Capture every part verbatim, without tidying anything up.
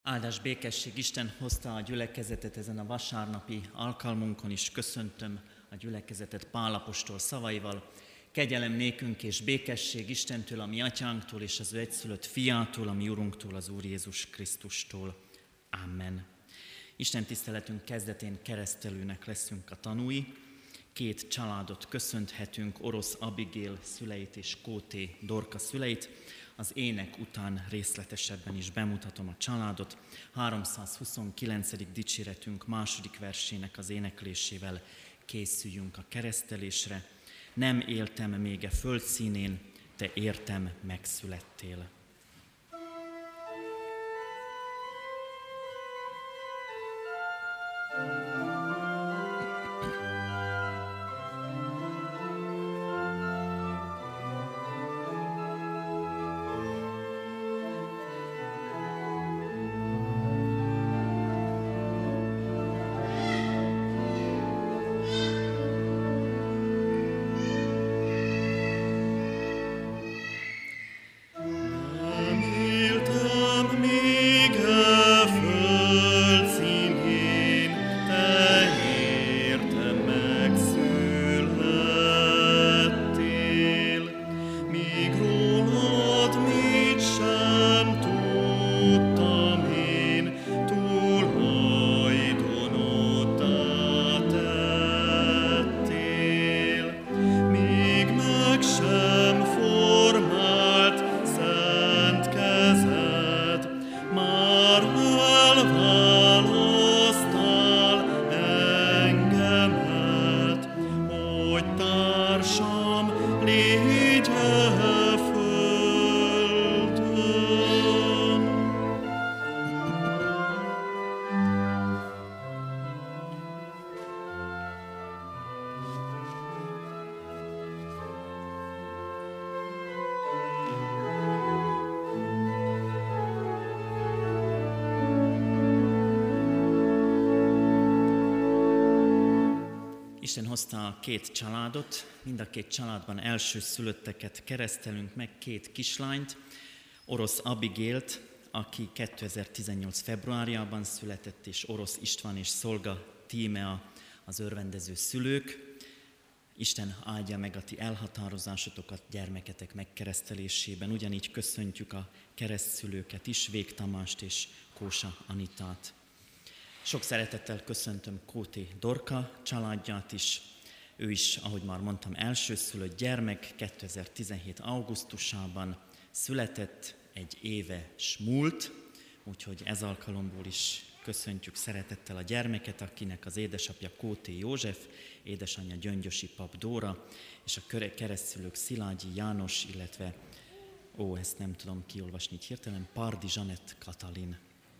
Áldás békesség, Isten hozta a gyülekezetet ezen a vasárnapi alkalmunkon is. Köszöntöm a gyülekezetet Pál apostol szavaival. Kegyelem nékünk és békesség Istentől, a mi atyánktól és az ő egyszülött fiától, a mi urunktól, az Úr Jézus Krisztustól. Amen. Isten tiszteletünk kezdetén keresztelőnek leszünk a tanúi. Két családot köszönthetünk, Orosz Abigail szüleit és Kóté Dorka szüleit. Az ének után részletesebben is bemutatom a családot. háromszázhuszonkilencedik dicséretünk második versének az éneklésével készüljünk a keresztelésre. Nem éltem még e földszínén, te értem megszülettél. Isten hozta a két családot, mind a két családban elsőszülötteket keresztelünk meg, két kislányt, Orosz Abigailt, aki kétezer-tizennyolc februárjában született, és Orosz István és Szolga Tímea az örvendező szülők. Isten áldja meg a ti elhatározásotokat gyermeketek megkeresztelésében. Ugyanígy köszöntjük a keresztszülőket is, Vég Tamást és Kósa Anitát. Sok szeretettel köszöntöm Kóté Dorka családját is. Ő is, ahogy már mondtam, elsőszülött gyermek, kétezer-tizenhét augusztusában született, egy éve s múlt, úgyhogy ez alkalomból is köszöntjük szeretettel a gyermeket, akinek az édesapja Kóté József, édesanyja Gyöngyösi Pap Dóra, és a keresztszülők Szilágyi János, illetve, ó, ezt nem tudom kiolvasni így hirtelen, Pardi Zsanett Katalin.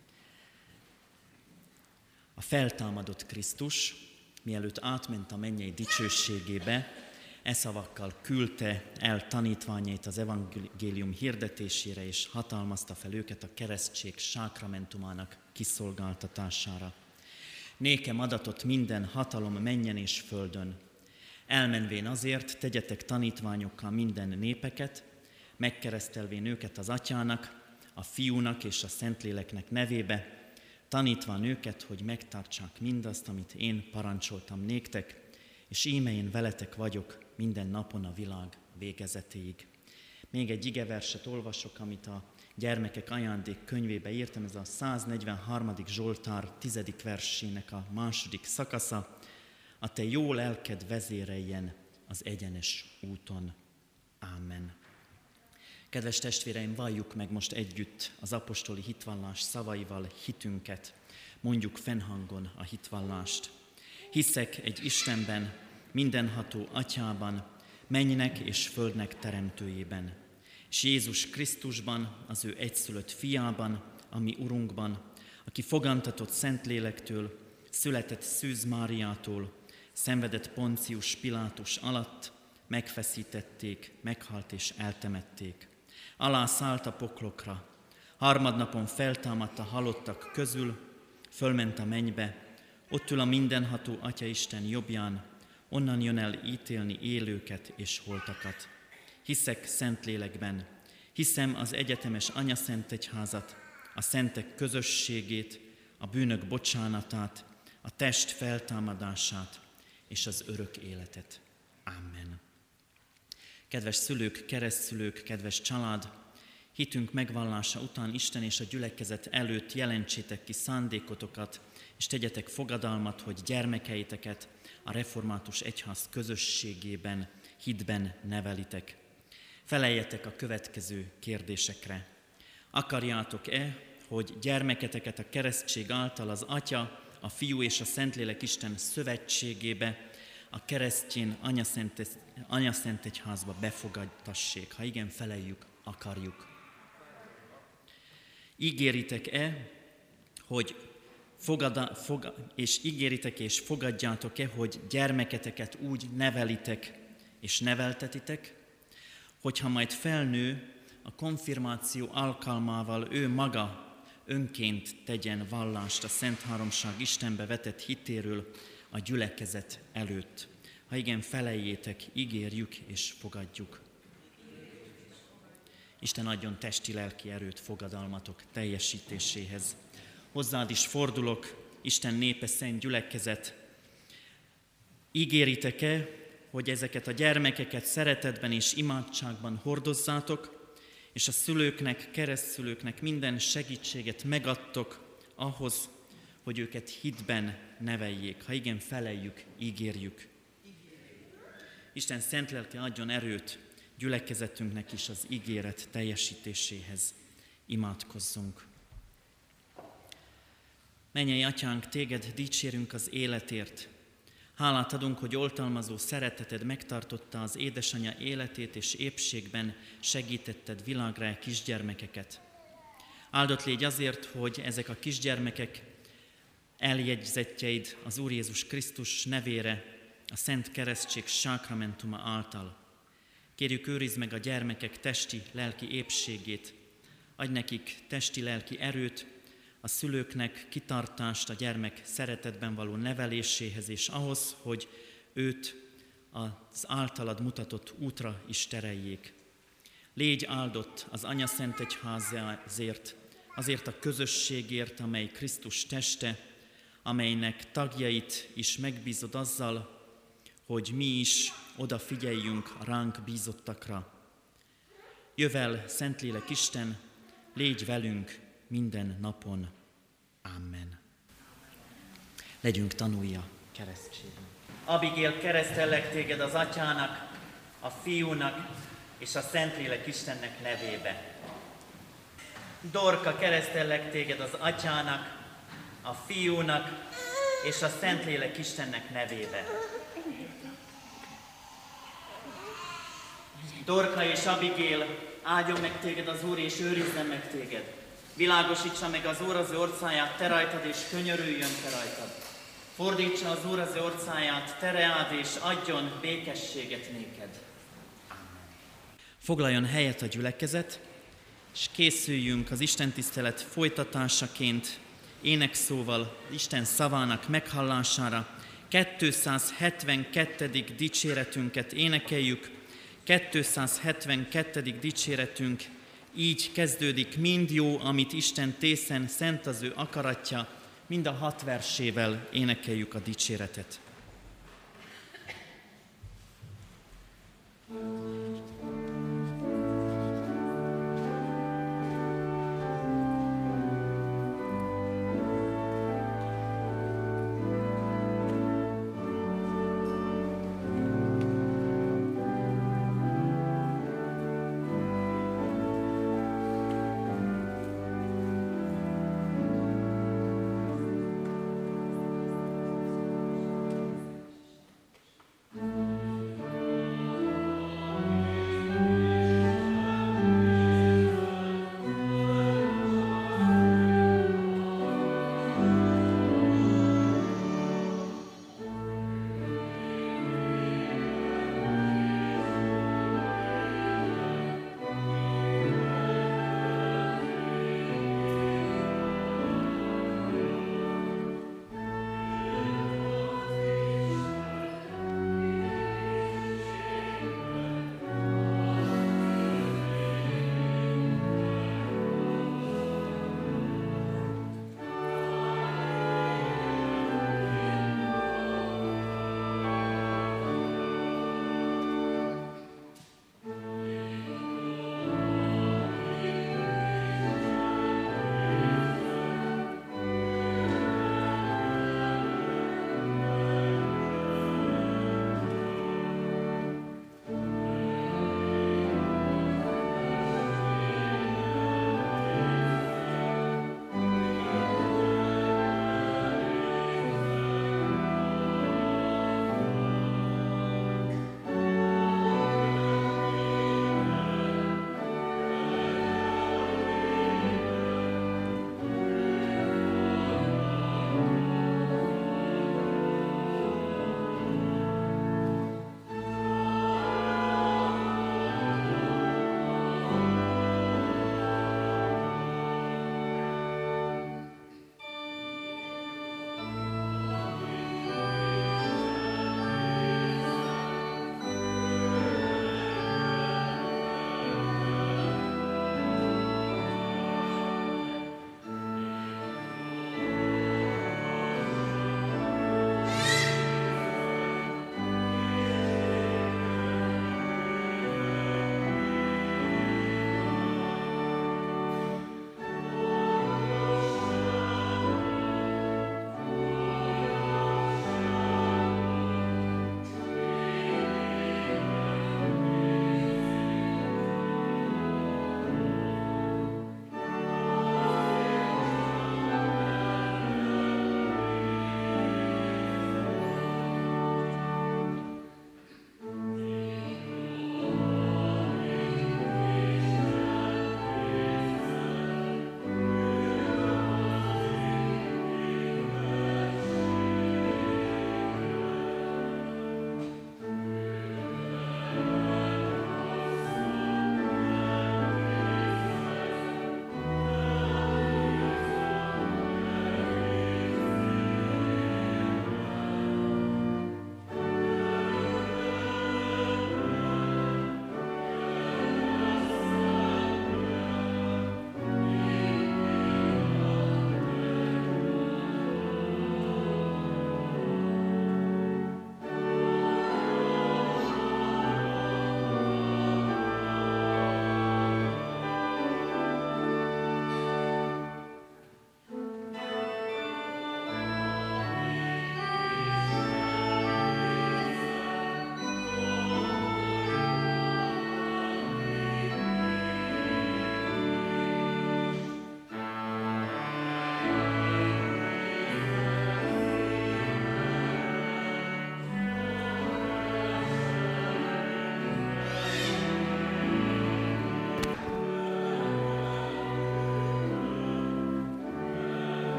A feltámadott Krisztus, mielőtt átment a mennyei dicsőségébe, e szavakkal küldte el tanítványait az evangélium hirdetésére, és hatalmazta fel őket a keresztség sákramentumának kiszolgáltatására. Nékem adatott minden hatalom mennyen és földön. Elmenvén azért tegyetek tanítványokkal minden népeket, megkeresztelvén őket az Atyának, a Fiúnak és a Szentléleknek nevébe, tanítván őket, hogy megtartsák mindazt, amit én parancsoltam néktek, és íme én veletek vagyok minden napon a világ végezetéig. Még egy igeverset olvasok, amit a gyermekek ajándék könyvébe írtam, ez a száznegyvenharmadik Zsoltár tizedik versének a második szakasza. A te jó lelked vezéreljen az egyenes úton. Ámen. Kedves testvéreim, valljuk meg most együtt az apostoli hitvallás szavaival hitünket. Mondjuk fennhangon a hitvallást. Hiszek egy Istenben, mindenható Atyában, mennynek és földnek teremtőjében, és Jézus Krisztusban, az ő egyszülött fiában, a mi Urunkban, aki fogantatott Szentlélektől, született Szűz Máriától, szenvedett Poncius Pilátus alatt, megfeszítették, meghalt és eltemették. Alá szállt a poklokra, harmadnapon feltámadt a halottak közül, fölment a mennybe, ott ül a mindenható Atyaisten jobbján, onnan jön el ítélni élőket és holtakat. Hiszek Szentlélekben, hiszem az egyetemes anyaszentegyházat, a szentek közösségét, a bűnök bocsánatát, a test feltámadását és az örök életet. Amen. Kedves szülők, keresztszülők, kedves család, hitünk megvallása után Isten és a gyülekezet előtt jelentsétek ki szándékotokat, és tegyetek fogadalmat, hogy gyermekeiteket a református egyház közösségében, hitben nevelitek. Feleljetek a következő kérdésekre. Akarjátok-e, hogy gyermeketeket a keresztség által az Atya, a Fiú és a Szentlélek Isten szövetségébe, a keresztjén anyaszent egyházba befogadtassék? Ha igen, feleljük, akarjuk. Ígéritek-e, hogy fogada, fog, és ígéritek és fogadjátok-e, hogy gyermeketeket úgy nevelitek és neveltetitek, hogyha majd felnő, a konfirmáció alkalmával ő maga önként tegyen vallást a Szent Háromság Istenbe vetett hitéről a gyülekezet előtt. Ha igen, feleljétek, ígérjük és fogadjuk. Isten adjon testi-lelki erőt fogadalmatok teljesítéséhez. Hozzád is fordulok, Isten népe, szent gyülekezet. Ígéritek-e, hogy ezeket a gyermekeket szeretetben és imádságban hordozzátok, és a szülőknek, keresztszülőknek minden segítséget megadtok ahhoz, hogy őket hitben neveljék. Ha igen, feleljük, ígérjük. Isten szent lelke adjon erőt gyülekezetünknek is az ígéret teljesítéséhez. Imádkozzunk. Mennyei Atyánk, téged dicsérünk az életért. Hálát adunk, hogy oltalmazó szereteted megtartotta az édesanyja életét, és épségben segítetted világra kisgyermekeket. Áldott légy azért, hogy ezek a kisgyermekek eljegyzettjeid az Úr Jézus Krisztus nevére, a Szent Keresztség sákramentuma által. Kérjük, őrizd meg a gyermekek testi, lelki épségét, adj nekik testi, lelki erőt, a szülőknek kitartást a gyermek szeretetben való neveléséhez, és ahhoz, hogy őt az általad mutatott útra is tereljék. Légy áldott az Anya Szent Egyházért, azért a közösségért, amely Krisztus teste, amelynek tagjait is megbízod azzal, hogy mi is odafigyeljünk a ránk bízottakra. Jövel, Szentlélek Isten, légy velünk minden napon. Amen. Legyünk tanulja keresztségben. Abigail, keresztellek téged az Atyának, a Fiúnak és a Szentlélek Istennek nevébe. Dorka, keresztellek téged az Atyának, a Fiúnak és a Szentlélek Istennek nevébe. Dorka és Abigail, áldjon meg téged az Úr, és őrizzen meg téged. Világosítsa meg az Úr az ő orcáját te rajtad, és könyörüljön te rajtad. Fordítsa az Úr az ő orcáját te reád, és adjon békességet néked. Amen. Foglaljon helyet a gyülekezet, és készüljünk az istentisztelet folytatásaként énekszóval Isten szavának meghallására. kétszázhetvenkettedik dicséretünket énekeljük. kétszázhetvenkettedik dicséretünk így kezdődik: mind jó, amit Isten tészen, szent az ő akaratja. Mind a hat versével énekeljük a dicséretet. Thank you.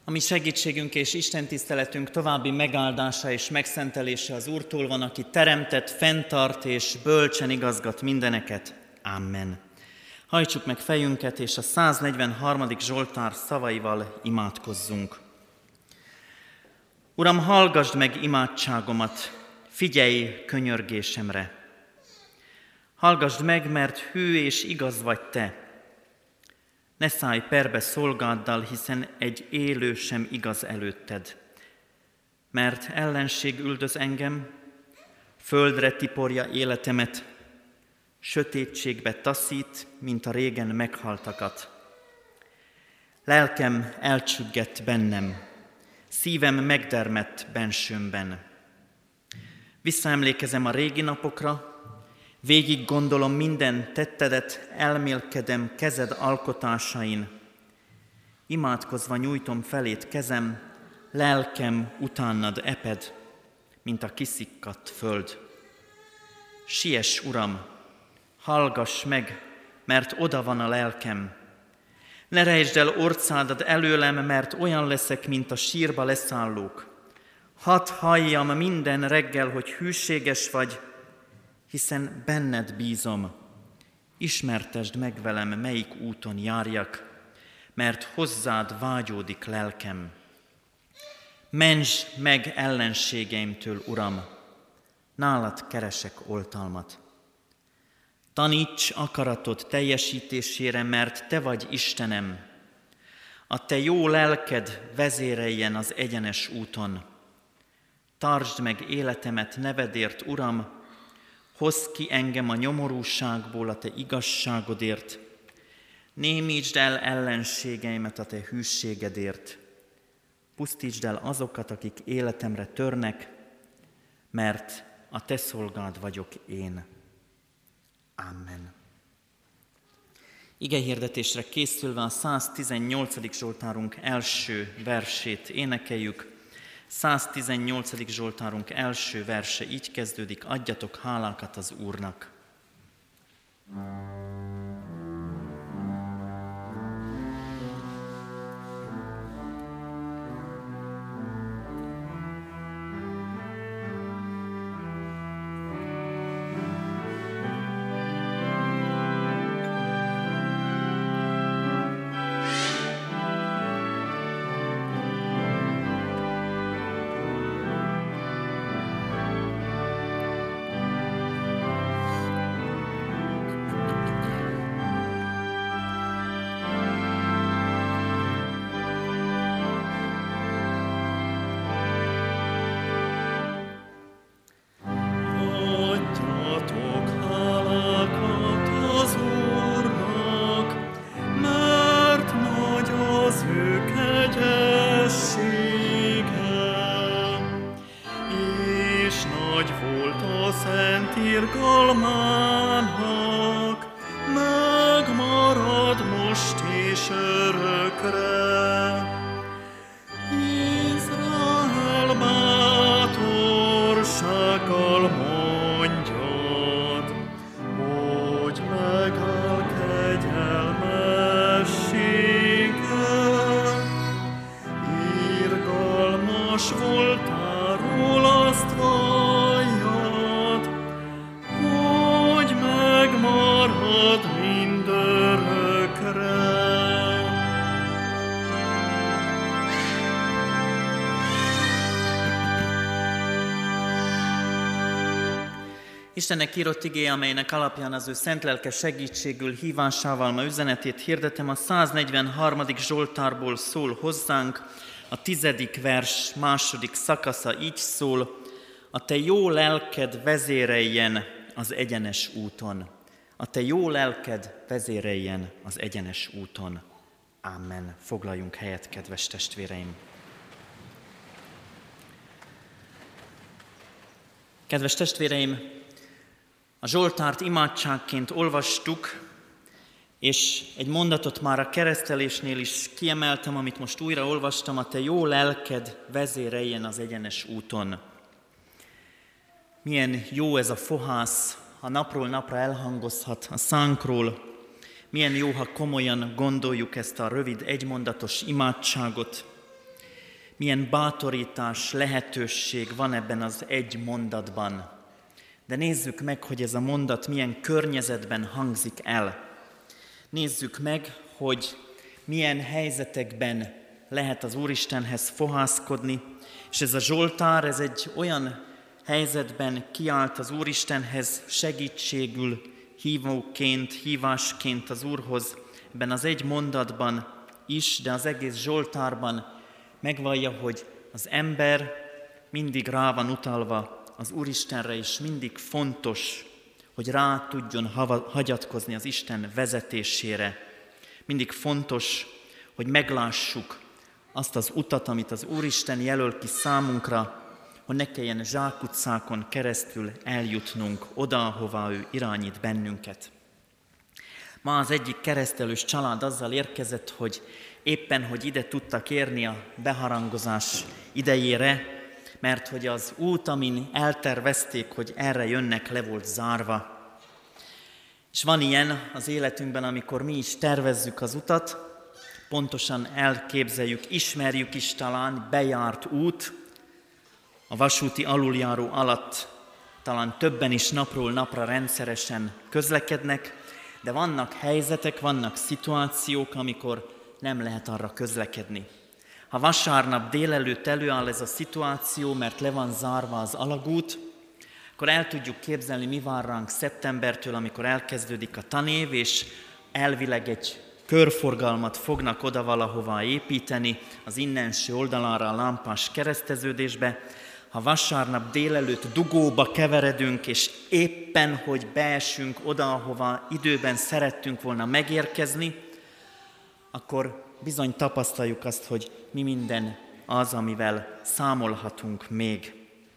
A mi segítségünk és istentiszteletünk további megáldása és megszentelése az Úrtól van, aki teremtett, fenntart és bölcsen igazgat mindeneket. Amen. Hajtsuk meg fejünket, és a száznegyvenharmadik Zsoltár szavaival imádkozzunk. Uram, hallgasd meg imádságomat, figyelj könyörgésemre. Hallgasd meg, mert hű és igaz vagy te. Ne szállj perbe szolgáddal, hiszen egy élő sem igaz előtted. Mert ellenség üldöz engem, földre tiporja életemet, sötétségbe taszít, mint a régen meghaltakat. Lelkem elcsüggett bennem, szívem megdermedt bensőmben. Visszaemlékezem a régi napokra, végig gondolom minden tettedet, elmélkedem kezed alkotásain. Imádkozva nyújtom felét kezem, lelkem utánad eped, mint a kiszikkadt föld. Siess, Uram, hallgass meg, mert oda van a lelkem. Ne rejtsd el orcádat előlem, mert olyan leszek, mint a sírba leszállók. Hadd halljam minden reggel, hogy hűséges vagy, hiszen benned bízom. Ismertesd meg velem, melyik úton járjak, mert hozzád vágyódik lelkem. Mentsd meg ellenségeimtől, Uram, nálad keresek oltalmat. Taníts akaratod teljesítésére, mert te vagy Istenem. A te jó lelked vezéreljen az egyenes úton. Tartsd meg életemet nevedért, Uram, hozz ki engem a nyomorúságból a te igazságodért. Némítsd el ellenségeimet a te hűségedért. Pusztítsd el azokat, akik életemre törnek, mert a te szolgád vagyok én. Amen. Igehirdetésre készülve a száztizennyolcadik Zsoltárunk első versét énekeljük. száztizennyolcadik Zsoltárunk első verse így kezdődik: adjatok hálákat az Úrnak. Istennek írott igéje, amelynek alapján az ő szent lelke segítségül hívásával ma üzenetét hirdetem, a száznegyvenharmadik Zsoltárból szól hozzánk, a tizedik vers második szakasza így szól: a te jó lelked vezéreljen az egyenes úton. A te jó lelked vezéreljen az egyenes úton. Amen. Foglaljunk helyet, kedves testvéreim! Kedves testvéreim, a Zsoltárt imádságként olvastuk, és egy mondatot már a keresztelésnél is kiemeltem, amit most újra olvastam: a te jó lelked vezéreljen az egyenes úton. Milyen jó ez a fohász, ha napról napra elhangozhat a szánkról. Milyen jó, ha komolyan gondoljuk ezt a rövid, egymondatos imádságot. milyen bátorítás, lehetőség van ebben az egy mondatban. De nézzük meg, hogy ez a mondat milyen környezetben hangzik el. Nézzük meg, hogy milyen helyzetekben lehet az Úristenhez fohászkodni, és ez a Zsoltár, ez egy olyan helyzetben kiállt az Úristenhez segítségül, hívóként, hívásként az Úrhoz, ebben az egy mondatban is, de az egész Zsoltárban megvallja, hogy az ember mindig rá van utalva az Úristenre, és mindig fontos, hogy rá tudjon hagyatkozni az Isten vezetésére. Mindig fontos, hogy meglássuk azt az utat, amit az Úristen jelöl ki számunkra, hogy ne kelljen zsákutcákon keresztül eljutnunk oda, ahová ő irányít bennünket. Ma az egyik keresztelős család azzal érkezett, hogy éppen, hogy ide tudtak érni a beharangozás idejére, mert hogy az út, amin eltervezték, hogy erre jönnek, le volt zárva. És van ilyen az életünkben, amikor mi is tervezzük az utat, pontosan elképzeljük, ismerjük is talán, bejárt út, a vasúti aluljáró alatt talán többen is napról napra rendszeresen közlekednek, de vannak helyzetek, vannak szituációk, amikor nem lehet arra közlekedni. Ha vasárnap délelőtt előáll ez a szituáció, mert le van zárva az alagút, akkor el tudjuk képzelni, mi vár ránk szeptembertől, amikor elkezdődik a tanév, és elvileg egy körforgalmat fognak oda valahová építeni, az innenső oldalára a lámpás kereszteződésbe. Ha vasárnap délelőtt dugóba keveredünk, és éppen, hogy beesünk oda, ahova időben szerettünk volna megérkezni, akkor bizony tapasztaljuk azt, hogy mi minden az, amivel számolhatunk még.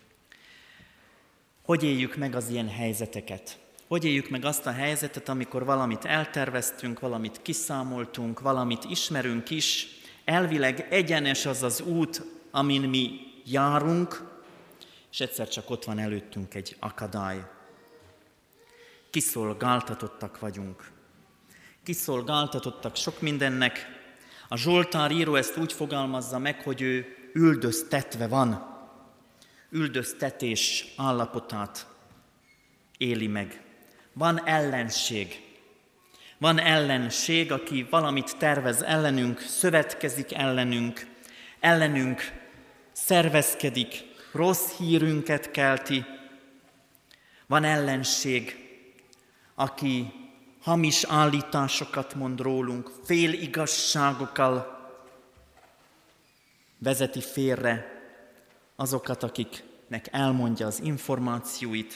Hogy éljük meg az ilyen helyzeteket? Hogy éljük meg azt a helyzetet, amikor valamit elterveztünk, valamit kiszámoltunk, valamit ismerünk is, elvileg egyenes az az út, amin mi járunk, és egyszer csak ott van előttünk egy akadály. Kiszolgáltatottak vagyunk. Kiszolgáltatottak sok mindennek. A Zsoltár író ezt úgy fogalmazza meg, hogy ő üldöztetve van. Üldöztetés állapotát éli meg. Van ellenség. Van ellenség, aki valamit tervez ellenünk, szövetkezik ellenünk, ellenünk szervezkedik, rossz hírünket kelti. Van ellenség, aki hamis állításokat mond rólunk, féligazságokkal vezeti félre azokat, akiknek elmondja az információit.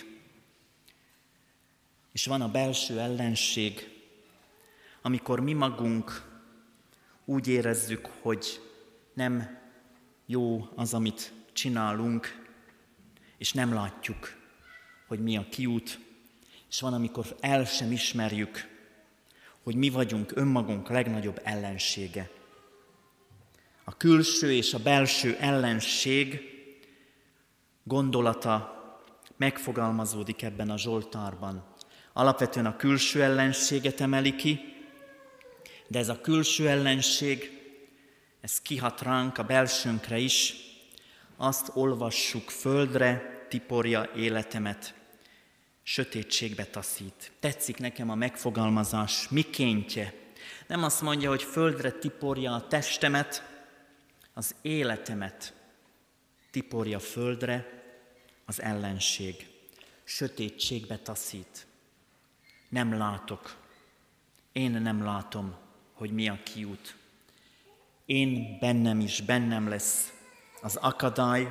És van a belső ellenség, amikor mi magunk úgy érezzük, hogy nem jó az, amit csinálunk, és nem látjuk, hogy mi a kiút, és van, amikor el sem ismerjük, hogy mi vagyunk önmagunk legnagyobb ellensége. A külső és a belső ellenség gondolata megfogalmazódik ebben a Zsoltárban. Alapvetően a külső ellenséget emeli ki, de ez a külső ellenség, ez kihat ránk, a belsőnkre is. Azt olvassuk, földre tiporja életemet, sötétségbe taszít. Tetszik nekem a megfogalmazás, mikéntje. Nem azt mondja, hogy földre tiporja a testemet, az életemet tiporja földre az ellenség. Sötétségbe taszít. Nem látok. Én nem látom, hogy mi a kiút. Én bennem is, bennem lesz az akadály,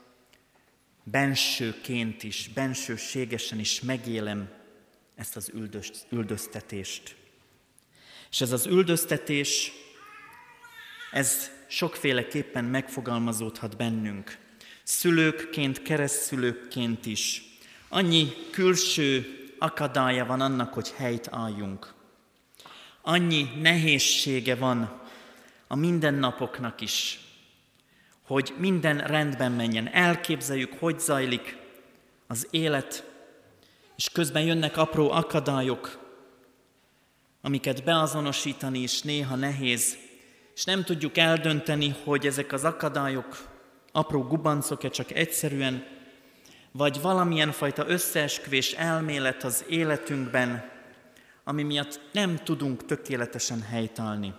bensőként is, bensőségesen is megélem ezt az üldöz, üldöztetést. És ez az üldöztetés, ez sokféleképpen megfogalmazódhat bennünk. Szülőkként, keresztszülőkként is. Annyi külső akadálya van annak, hogy helyt álljunk. Annyi nehézsége van a mindennapoknak is, hogy minden rendben menjen. Elképzeljük, hogy zajlik az élet, és közben jönnek apró akadályok, amiket beazonosítani is néha nehéz, és nem tudjuk eldönteni, hogy ezek az akadályok apró gubancok-e csak egyszerűen, vagy valamilyen fajta összeesküvés elmélet az életünkben, ami miatt nem tudunk tökéletesen helytállni.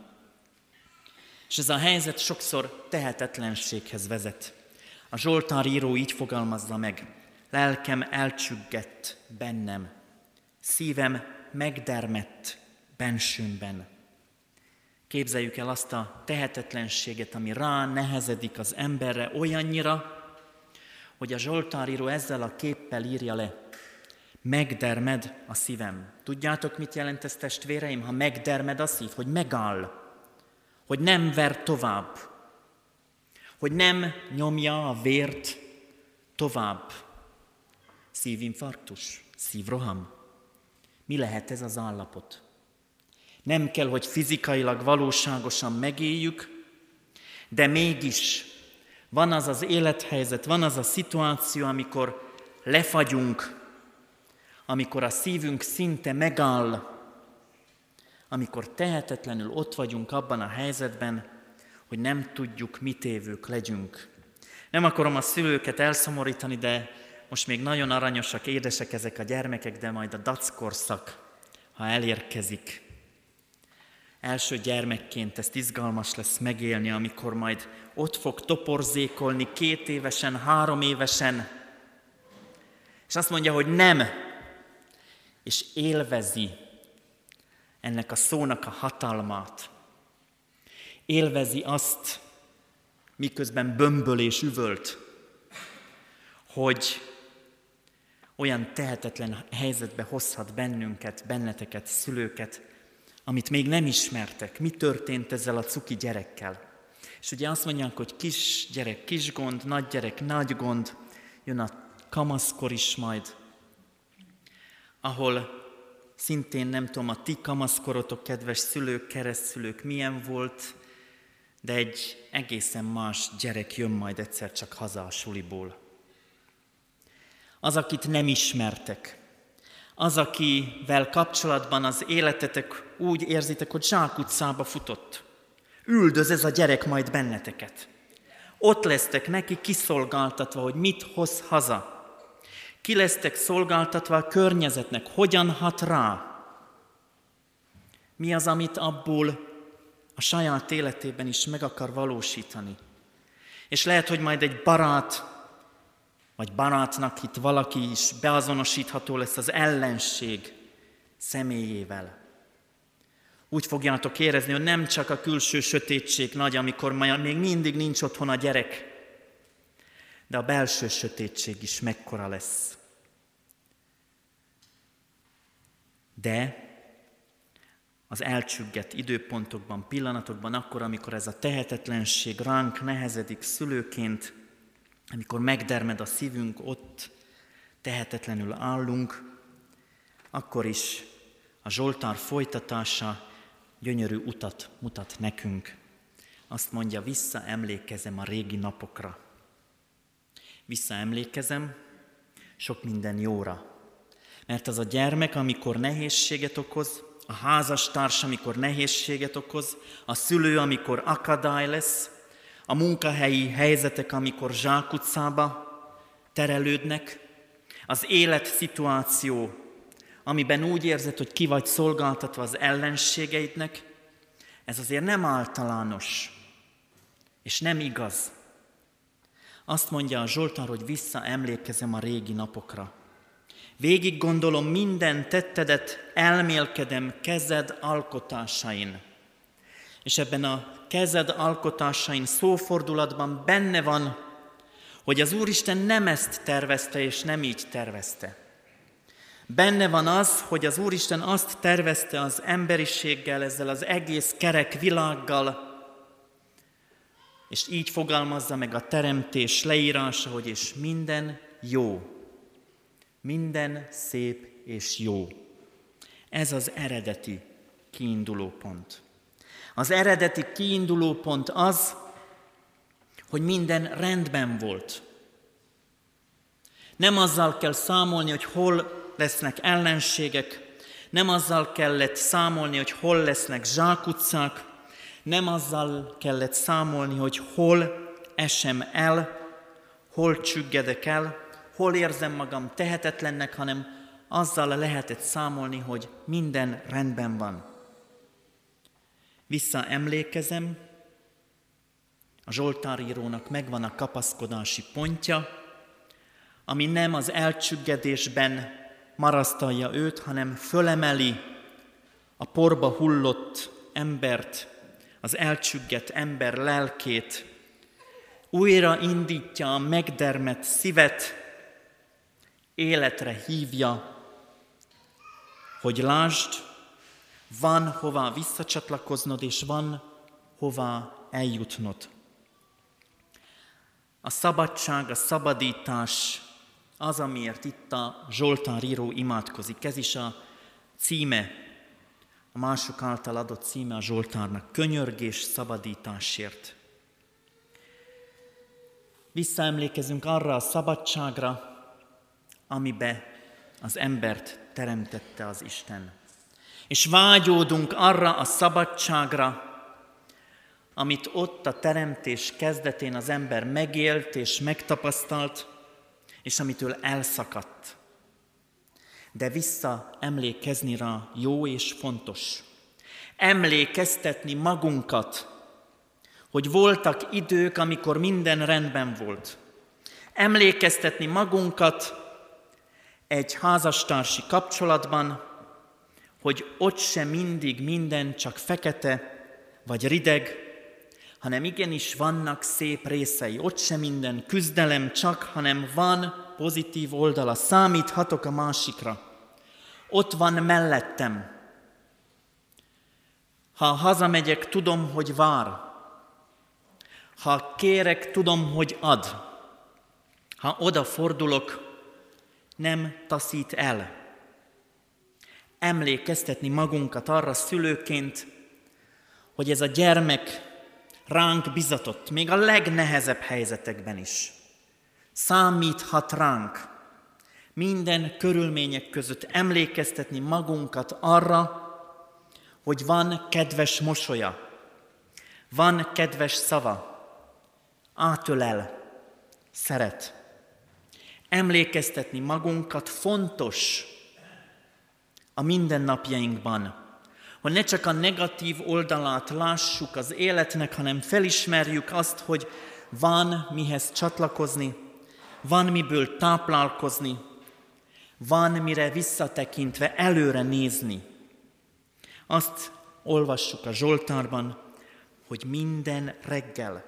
És ez a helyzet sokszor tehetetlenséghez vezet. A Zsoltár író így fogalmazza meg: lelkem elcsüggett bennem, szívem megdermedt bensőmben. Képzeljük el azt a tehetetlenséget, ami rá nehezedik az emberre olyannyira, hogy a Zsoltáríró ezzel a képpel írja le: megdermed a szívem. Tudjátok, mit jelent ez, testvéreim, ha megdermed a szív? Hogy megáll, hogy nem ver tovább, hogy nem nyomja a vért tovább. Szívinfarktus, szívroham. Mi lehet ez az állapot? Nem kell, hogy fizikailag valóságosan megéljük, de mégis van az az élethelyzet, van az a szituáció, amikor lefagyunk, amikor a szívünk szinte megáll, amikor tehetetlenül ott vagyunk abban a helyzetben, hogy nem tudjuk, mit évők legyünk. Nem akarom a szülőket elszomorítani, de most még nagyon aranyosak, édesek ezek a gyermekek, de majd a dackorszak, ha elérkezik. Első gyermekként ezt izgalmas lesz megélni, amikor majd ott fog toporzékolni két évesen, három évesen, és azt mondja, hogy nem, és élvezi ennek a szónak a hatalmát. Élvezi azt, miközben bömböl és üvölt, hogy olyan tehetetlen helyzetbe hozhat bennünket, benneteket, szülőket, amit még nem ismertek. Mi történt ezzel a cuki gyerekkel? És ugye azt mondják, hogy kis gyerek, kis gond, nagy gyerek, nagy gond, jön a kamaszkor is majd, ahol szintén nem tudom, a ti kamaszkorotok, kedves szülők, keresztszülők milyen volt, de egy egészen más gyerek jön majd egyszer csak haza a suliból. Az, akit nem ismertek, az, akivel kapcsolatban az életetek úgy érzitek, hogy zsákutcába futott. Üldöz ez a gyerek majd benneteket. Ott lesztek neki kiszolgáltatva, hogy mit hoz haza. Ki lesztek szolgáltatva a környezetnek, hogyan hat rá. Mi az, amit abból a saját életében is meg akar valósítani. És lehet, hogy majd egy barát, vagy barátnak itt valaki is beazonosítható lesz az ellenség személyével. Úgy fogjátok érezni, hogy nem csak a külső sötétség nagy, amikor még mindig nincs otthon a gyerek, de a belső sötétség is mekkora lesz. De az elcsüggett időpontokban, pillanatokban, akkor, amikor ez a tehetetlenség ránk nehezedik szülőként, amikor megdermed a szívünk, ott tehetetlenül állunk, akkor is a Zsoltár folytatása gyönyörű utat mutat nekünk. Azt mondja, visszaemlékezem a régi napokra. Visszaemlékezem sok minden jóra. Mert az a gyermek, amikor nehézséget okoz, a házastárs, amikor nehézséget okoz, a szülő, amikor akadály lesz, a munkahelyi helyzetek, amikor zsákutcába terelődnek, az életszituáció, amiben úgy érzed, hogy ki vagy szolgáltatva az ellenségeidnek, ez azért nem általános, és nem igaz. Azt mondja a Zsoltár, hogy visszaemlékezem a régi napokra. Végig gondolom minden tettedet, elmélkedem kezed alkotásain. És ebben a kezed alkotásain szófordulatban benne van, hogy az Úristen nem ezt tervezte, és nem így tervezte. Benne van az, hogy az Úristen azt tervezte az emberiséggel, ezzel az egész kerek világgal, és így fogalmazza meg a teremtés leírása, hogy és minden jó, minden szép és jó. Ez az eredeti kiinduló pont. Az eredeti kiinduló pont az, hogy minden rendben volt. Nem azzal kell számolni, hogy hol lesznek ellenségek, nem azzal kellett számolni, hogy hol lesznek zsákutcák, Nem azzal kellett számolni, hogy hol esem el, hol csüggedek el, hol érzem magam tehetetlennek, hanem azzal lehetett számolni, hogy minden rendben van. Visszaemlékezem, a zsoltárírónak megvan a kapaszkodási pontja, ami nem az elcsüggedésben marasztalja őt, hanem fölemeli a porba hullott embert, az elcsüggett ember lelkét, újra indítja a megdermedt szívet, életre hívja, hogy lásd, van hová visszacsatlakoznod, és van hová eljutnod. A szabadság, a szabadítás az, amiért itt a zsoltáríró imádkozik. Ez is a címe, a mások által adott címe a zsoltárnak, könyörgés szabadításért. Visszaemlékezünk arra a szabadságra, amibe az embert teremtette az Isten. És vágyódunk arra a szabadságra, amit ott a teremtés kezdetén az ember megélt és megtapasztalt, és amitől elszakadt. De visszaemlékezni rá jó és fontos. Emlékeztetni magunkat, hogy voltak idők, amikor minden rendben volt. Emlékeztetni magunkat egy házastársi kapcsolatban, hogy ott sem mindig minden csak fekete vagy rideg, hanem igenis vannak szép részei. Ott sem minden küzdelem csak, hanem van pozitív oldala. Számíthatok a másikra. Ott van mellettem. Ha hazamegyek, tudom, hogy vár. Ha kérek, tudom, hogy ad. Ha odafordulok, nem taszít el. Emlékeztetni magunkat arra szülőként, hogy ez a gyermek ránk bizatott, még a legnehezebb helyzetekben is. Számíthat ránk. Minden körülmények között emlékeztetni magunkat arra, hogy van kedves mosolya, van kedves szava, átölel, szeret. Emlékeztetni magunkat fontos a mindennapjainkban, hogy ne csak a negatív oldalát lássuk az életnek, hanem felismerjük azt, hogy van mihez csatlakozni, van miből táplálkozni, van mire visszatekintve előre nézni. Azt olvassuk a Zsoltárban, hogy minden reggel,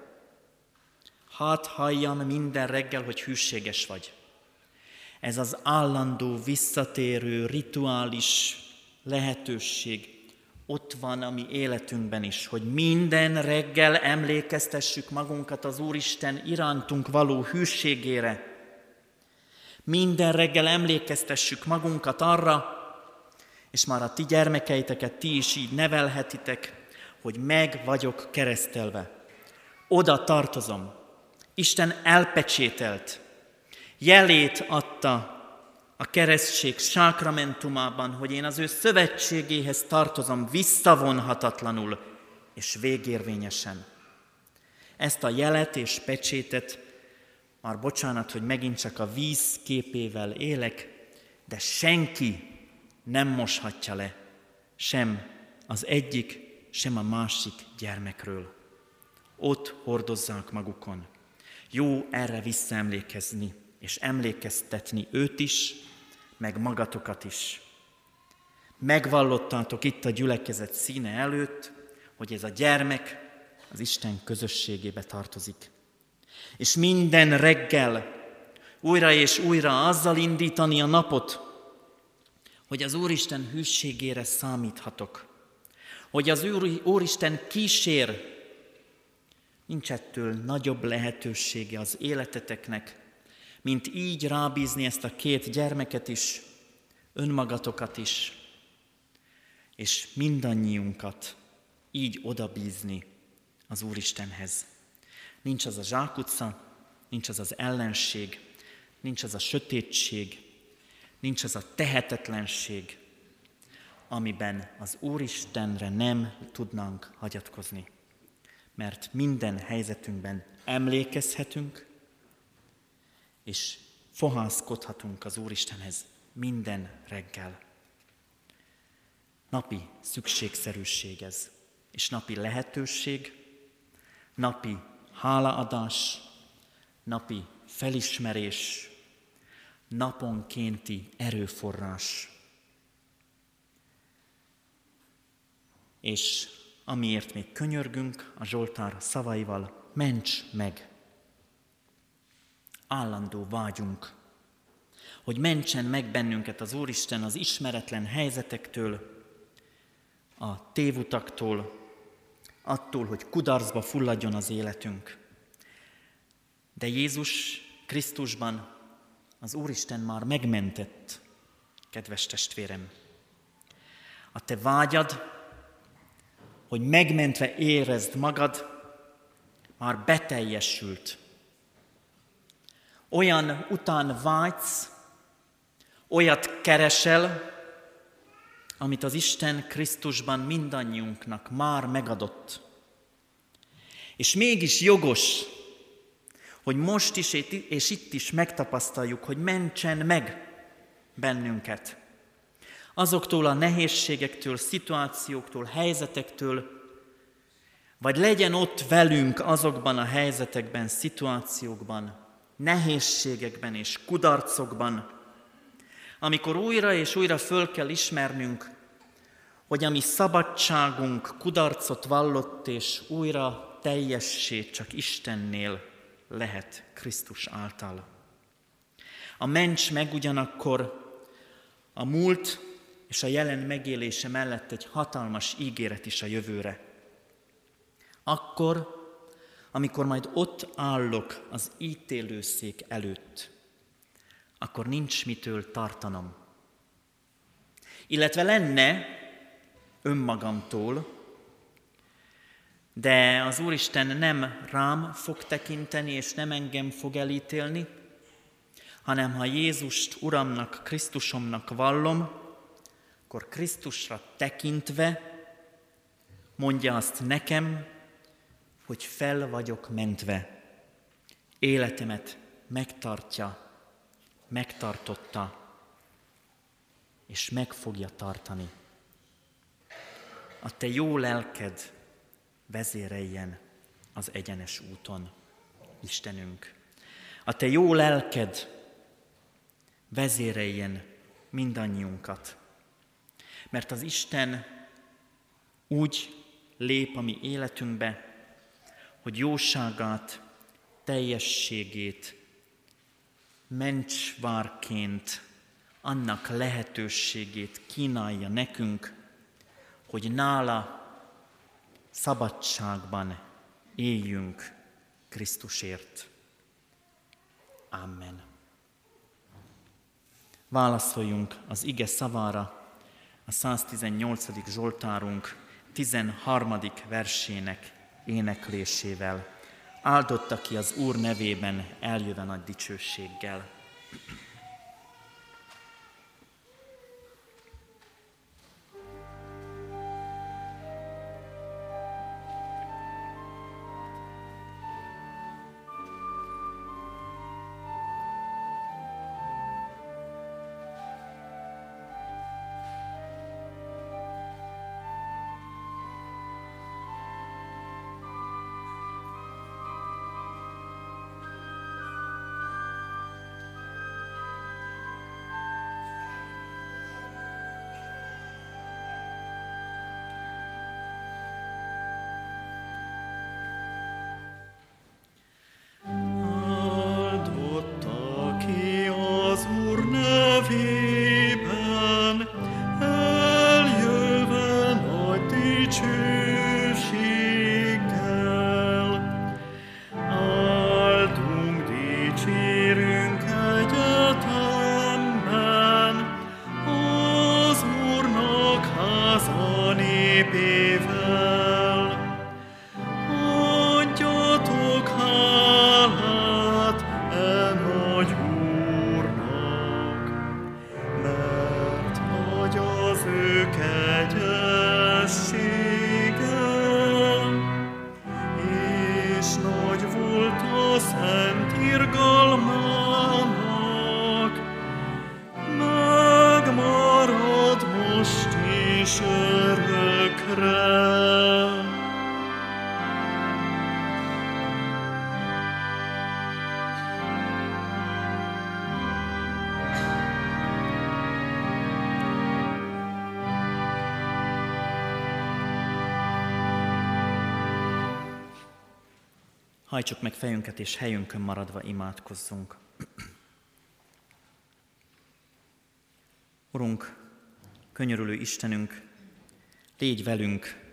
hát halljam minden reggel, hogy hűséges vagy. Ez az állandó, visszatérő, rituális lehetőség ott van a mi életünkben is, hogy minden reggel emlékeztessük magunkat az Úristen irántunk való hűségére. Minden reggel emlékeztessük magunkat arra, és már a ti gyermekeiteket ti is így nevelhetitek, hogy meg vagyok keresztelve. Oda tartozom. Isten elpecsételt, jelét adta a keresztség sákramentumában, hogy én az ő szövetségéhez tartozom visszavonhatatlanul és végérvényesen. Ezt a jelet és pecsétet, már bocsánat, hogy megint csak a víz képével élek, de senki nem moshatja le, sem az egyik, sem a másik gyermekről. Ott hordozzák magukon. Jó erre visszaemlékezni, és emlékeztetni őt is, meg magatokat is. Megvallottátok itt a gyülekezet színe előtt, hogy ez a gyermek az Isten közösségébe tartozik. És minden reggel újra és újra azzal indítani a napot, hogy az Úristen hűségére számíthatok, hogy az Úristen kísér, nincs ettől nagyobb lehetősége az életeteknek, mint így rábízni ezt a két gyermeket is, önmagatokat is, és mindannyiunkat így odabízni az Úristenhez. Nincs az a zsákutca, nincs az az ellenség, nincs az a sötétség, nincs az a tehetetlenség, amiben az Úristenre nem tudnánk hagyatkozni. mert minden helyzetünkben emlékezhetünk, és fohászkodhatunk az Úristenhez minden reggel. Napi szükségszerűség ez, és napi lehetőség, napi hálaadás, napi felismerés, naponkénti erőforrás. És amiért még könyörgünk a Zsoltár szavaival, ments meg! Állandó vágyunk, hogy mentsen meg bennünket az Úristen az ismeretlen helyzetektől, a tévutaktól, attól, hogy kudarcba fulladjon az életünk. De Jézus Krisztusban az Úristen már megmentett, kedves testvérem. A te vágyad, hogy megmentve érezd magad, már beteljesült. Olyan után vágysz, olyat keresel, amit az Isten Krisztusban mindannyiunknak már megadott. És mégis jogos, hogy most is és itt is megtapasztaljuk, hogy mentsen meg bennünket. Azoktól a nehézségektől, szituációktól, helyzetektől, vagy legyen ott velünk azokban a helyzetekben, szituációkban, nehézségekben és kudarcokban, amikor újra és újra föl kell ismernünk, hogy a mi szabadságunk kudarcot vallott, és újra teljessé csak Istennél lehet Krisztus által. A ments meg ugyanakkor a múlt és a jelen megélése mellett egy hatalmas ígéret is a jövőre. Akkor, amikor majd ott állok az ítélőszék előtt, akkor nincs mitől tartanom. Illetve lenne önmagamtól, de az Úristen nem rám fog tekinteni, és nem engem fog elítélni, hanem ha Jézust Uramnak, Krisztusomnak vallom, akkor Krisztusra tekintve mondja azt nekem, hogy fel vagyok mentve. Életemet megtartja, megtartotta, és meg fogja tartani. A te jó lelked vezéreljen az egyenes úton, Istenünk. A te jó lelked vezéreljen mindannyiunkat. Mert az Isten úgy lép a mi életünkbe, hogy jóságát, teljességét mencsvárként, annak lehetőségét kínálja nekünk, hogy nála szabadságban éljünk Krisztusért. Amen. Válaszoljunk az ige szavára a száztizennyolcadik Zsoltárunk tizenharmadik versének éneklésével. Áldott, aki az Úr nevében eljöve nagy dicsőséggel. Hajtsuk meg fejünket, és helyünkön maradva imádkozzunk. Urunk, könyörülő Istenünk, légy velünk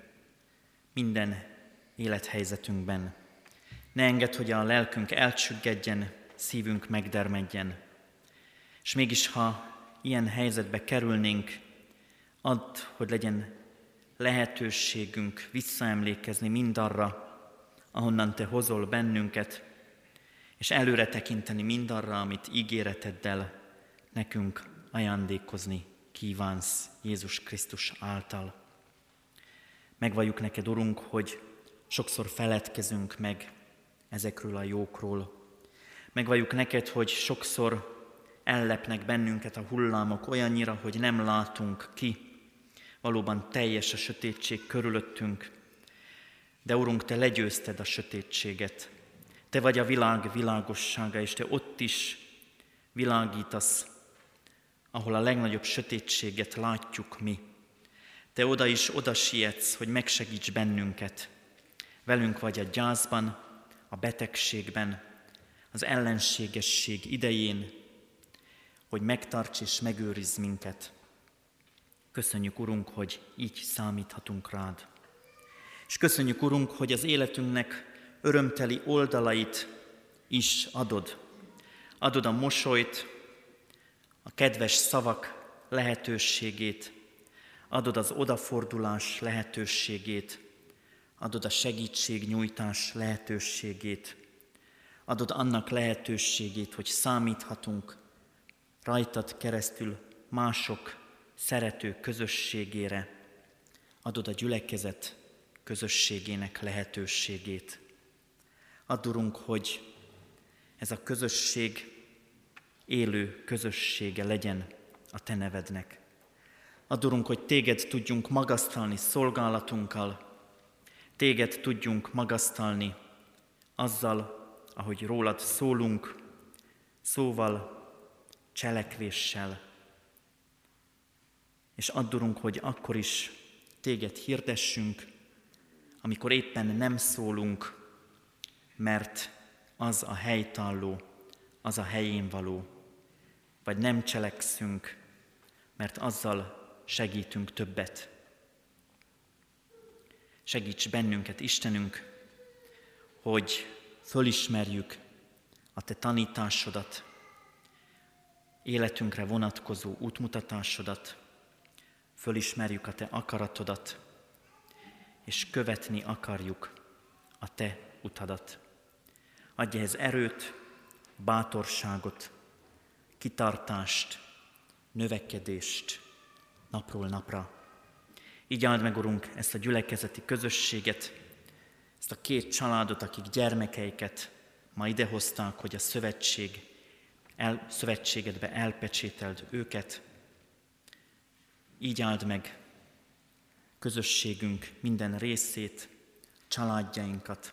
minden élethelyzetünkben. Ne engedd, hogy a lelkünk elcsüggedjen, szívünk megdermedjen. És mégis, ha ilyen helyzetbe kerülnénk, add, hogy legyen lehetőségünk visszaemlékezni mindarra, ahonnan Te hozol bennünket, és előre tekinteni mindarra, amit ígéreteddel nekünk ajándékozni kívánsz Jézus Krisztus által. Megvalljuk neked, Urunk, hogy sokszor feledkezünk meg ezekről a jókról. Megvalljuk neked, hogy sokszor ellepnek bennünket a hullámok olyannyira, hogy nem látunk ki. Valóban teljes a sötétség körülöttünk, de Urunk, Te legyőzted a sötétséget. Te vagy a világ világossága, és Te ott is világítasz, ahol a legnagyobb sötétséget látjuk mi. Te oda is oda sietsz, hogy megsegíts bennünket. Velünk vagy a gyászban, a betegségben, az ellenségesség idején, hogy megtarts és megőrizz minket. Köszönjük, Urunk, hogy így számíthatunk rád. És köszönjük, Urunk, hogy az életünknek örömteli oldalait is adod. Adod a mosolyt, a kedves szavak lehetőségét, adod az odafordulás lehetőségét, adod a segítségnyújtás lehetőségét, adod annak lehetőségét, hogy számíthatunk rajtad keresztül mások szerető közösségére, adod a gyülekezet közösségének lehetőségét. Add, Urunk, hogy ez a közösség élő közössége legyen a Te nevednek. Add, Urunk, hogy Téged tudjunk magasztalni szolgálatunkkal, Téged tudjunk magasztalni azzal, ahogy rólad szólunk, szóval, cselekvéssel. És add, Urunk, hogy akkor is Téged hirdessünk, amikor éppen nem szólunk, mert az a helytálló, az a helyén való, vagy nem cselekszünk, mert azzal segítünk többet. Segíts bennünket, Istenünk, hogy fölismerjük a Te tanításodat, életünkre vonatkozó útmutatásodat, fölismerjük a Te akaratodat, és követni akarjuk a Te utadat. Adj ehhez erőt, bátorságot, kitartást, növekedést napról napra. Így áld meg, Urunk, ezt a gyülekezeti közösséget, ezt a két családot, akik gyermekeiket ma idehozták, hogy a szövetség, el, szövetségedbe elpecsételd őket. Így áld meg közösségünk minden részét, családjainkat,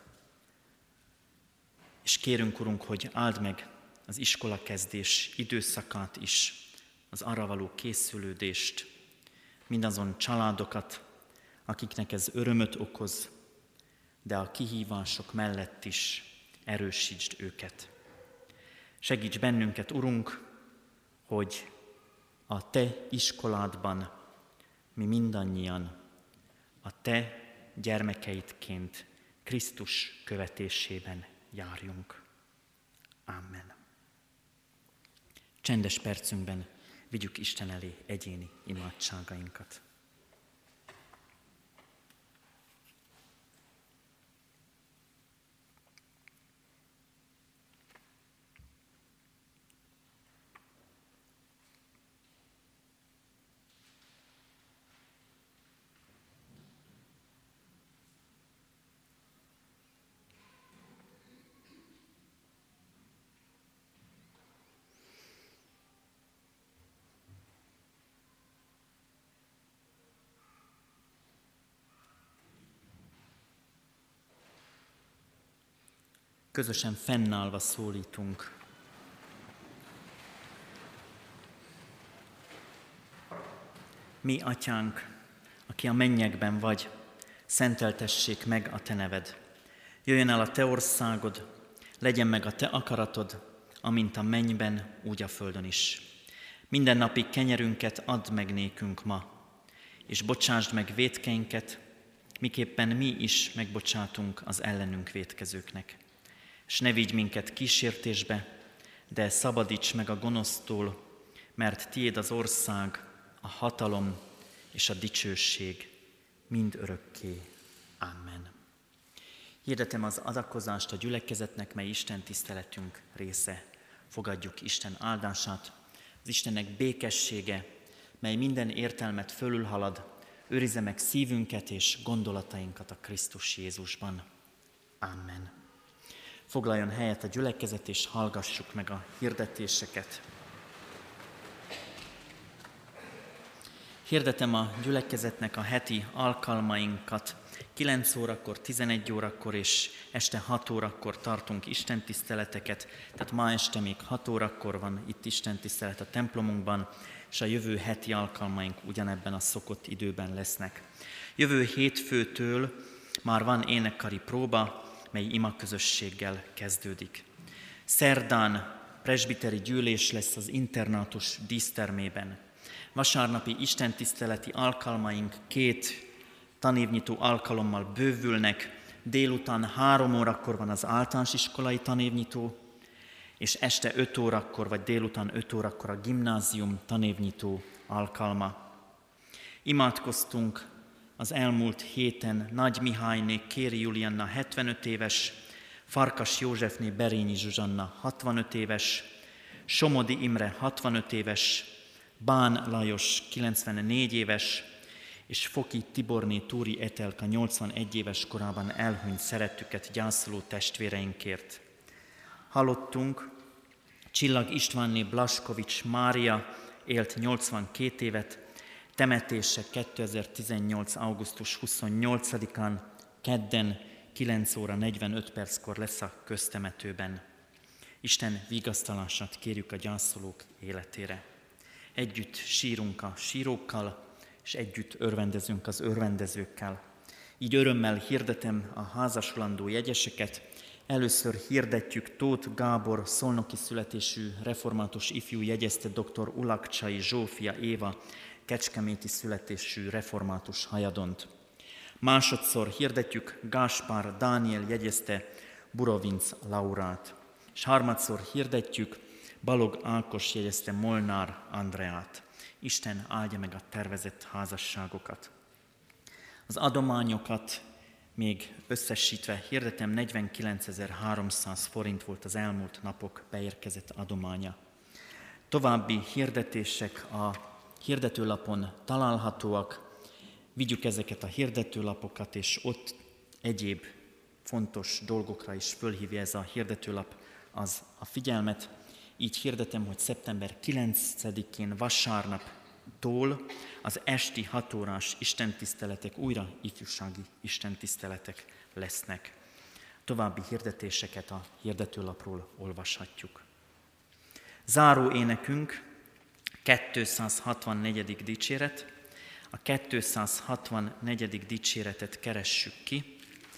és kérünk, Urunk, hogy áld meg az iskolakezdés időszakát is, az arra való készülődést, mindazon családokat, akiknek ez örömöt okoz, de a kihívások mellett is erősítsd őket. Segíts bennünket, Urunk, hogy a Te iskoládban mi mindannyian a Te gyermekeidként Krisztus követésében járjunk. Amen. Csendes percünkben vigyük Isten elé egyéni imádságainkat. Közösen fennállva szólítunk. Mi, Atyánk, aki a mennyekben vagy, szenteltessék meg a Te neved. Jöjjön el a te országod, legyen meg a te akaratod, amint a mennyben, úgy a földön is. Mindennapi kenyerünket add meg nékünk ma, és bocsásd meg vétkeinket, miképpen mi is megbocsátunk az ellenünk vétkezőknek. És ne vigy minket kísértésbe, de szabadíts meg a gonosztól, mert tiéd az ország, a hatalom és a dicsőség mind örökké. Amen. Hirdetem az adakozást a gyülekezetnek, mely Isten tiszteletünk része. Fogadjuk Isten áldását. Az Istennek békessége, mely minden értelmet fölülhalad, őrizze meg szívünket és gondolatainkat a Krisztus Jézusban. Amen. Foglaljon helyet a gyülekezet, és hallgassuk meg a hirdetéseket. Hirdetem a gyülekezetnek a heti alkalmainkat. kilenc órakor, tizenegy órakor és este hat órakor tartunk istentiszteleteket, tehát ma este még hat órakor van itt istentisztelet a templomunkban, és a jövő heti alkalmaink ugyanebben a szokott időben lesznek. Jövő hétfőtől már van énekkari próba, mely imaközösséggel kezdődik. Szerdán presbiteri gyűlés lesz az internátus dísztermében. Vasárnapi istentiszteleti alkalmaink két tanévnyitó alkalommal bővülnek, délután három órakor van az általános iskolai tanévnyitó, és este öt órakor vagy délután öt órakor a gimnázium tanévnyitó alkalma. Imádkoztunk az elmúlt héten Nagy Mihályné Kéri Julianna hetvenöt éves, Farkas Józsefné Berényi Zsuzsanna hatvanöt éves, Somodi Imre hatvanöt éves, Bán Lajos kilencvennégy éves, és Foki Tiborné Túri Etelka nyolcvanegy éves korában elhunyt szerettüket gyászoló testvéreinkért. Hallottunk, Csillag Istvánné Blaskovics Mária élt nyolcvankét évet, temetése kétezer-tizennyolc. augusztus huszonnyolcadikán, kedden kilenc óra negyvenöt perckor lesz a köztemetőben. Isten vigasztalását kérjük a gyászolók életére. Együtt sírunk a sírókkal, és együtt örvendezünk az örvendezőkkel. Így örömmel hirdetem a házasulandó jegyeseket. Először hirdetjük Tóth Gábor szolnoki születésű református ifjú jegyezte dr. Ulakcsai Zsófia Éva kecskeméti születésű református hajadont. Másodszor hirdetjük Gáspár Dániel jegyezte Burovinc Laurát. És harmadszor hirdetjük Balog Ákos jegyezte Molnár Andreát. Isten áldja meg a tervezett házasságokat. Az adományokat még összesítve hirdetem, negyvenkilencezer-háromszáz forint volt az elmúlt napok beérkezett adománya. További hirdetések a hirdetőlapon találhatóak. Vigyük ezeket a hirdetőlapokat, és ott egyéb fontos dolgokra is fölhívja ez a hirdetőlap az a figyelmet. Így hirdetem, hogy szeptember kilencedikén vasárnaptól az esti hat órás istentiszteletek újra ifjúsági istentiszteletek lesznek. További hirdetéseket a hirdetőlapról olvashatjuk. Záró énekünk kétszázhatvannegyedik dicséret. A kétszázhatvannegyedik dicséretet keressük ki.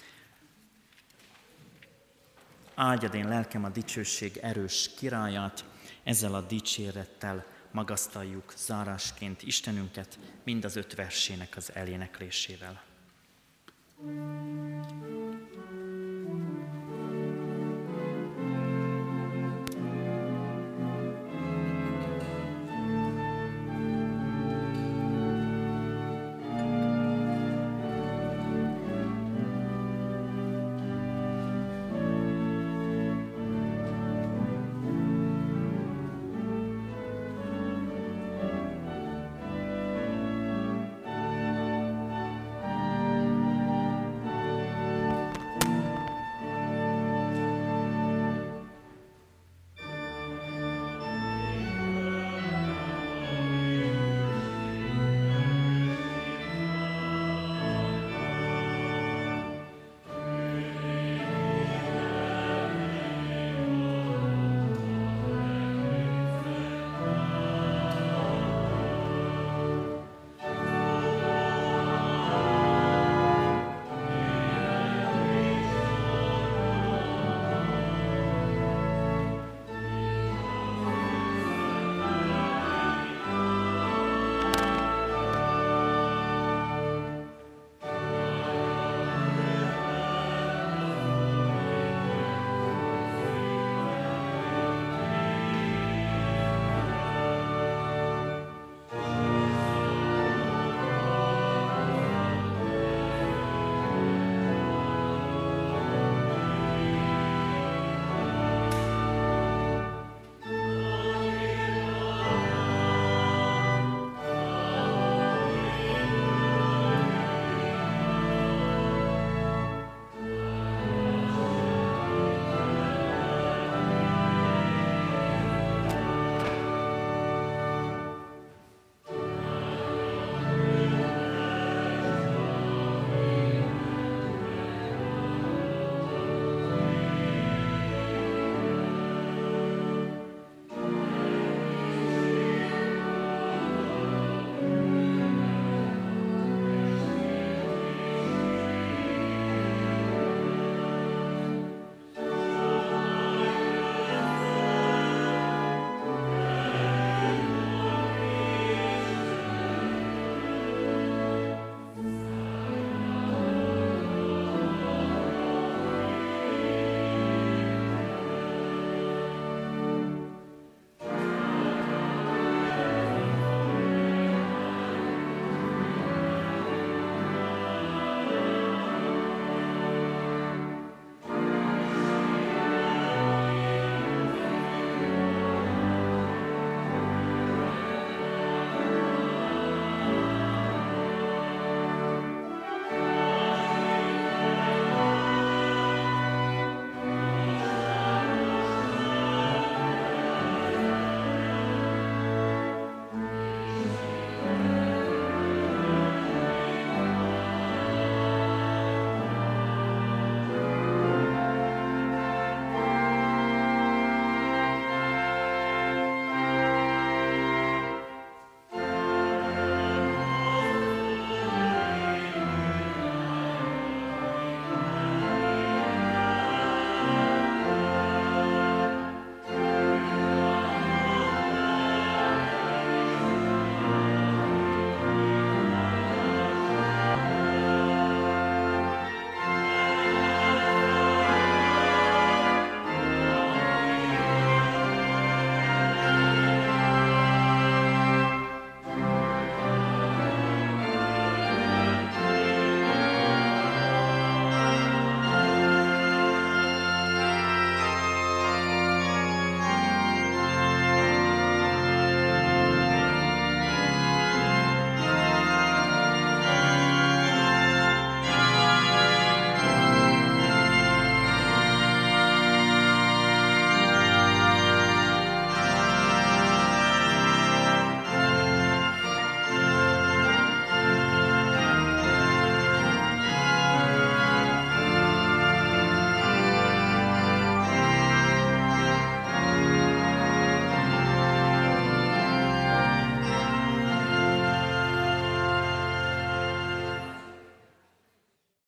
Áldjad én lelkem a dicsőség erős királyát, ezzel a dicsérettel magasztaljuk zárásként Istenünket, mind az öt versének az eléneklésével.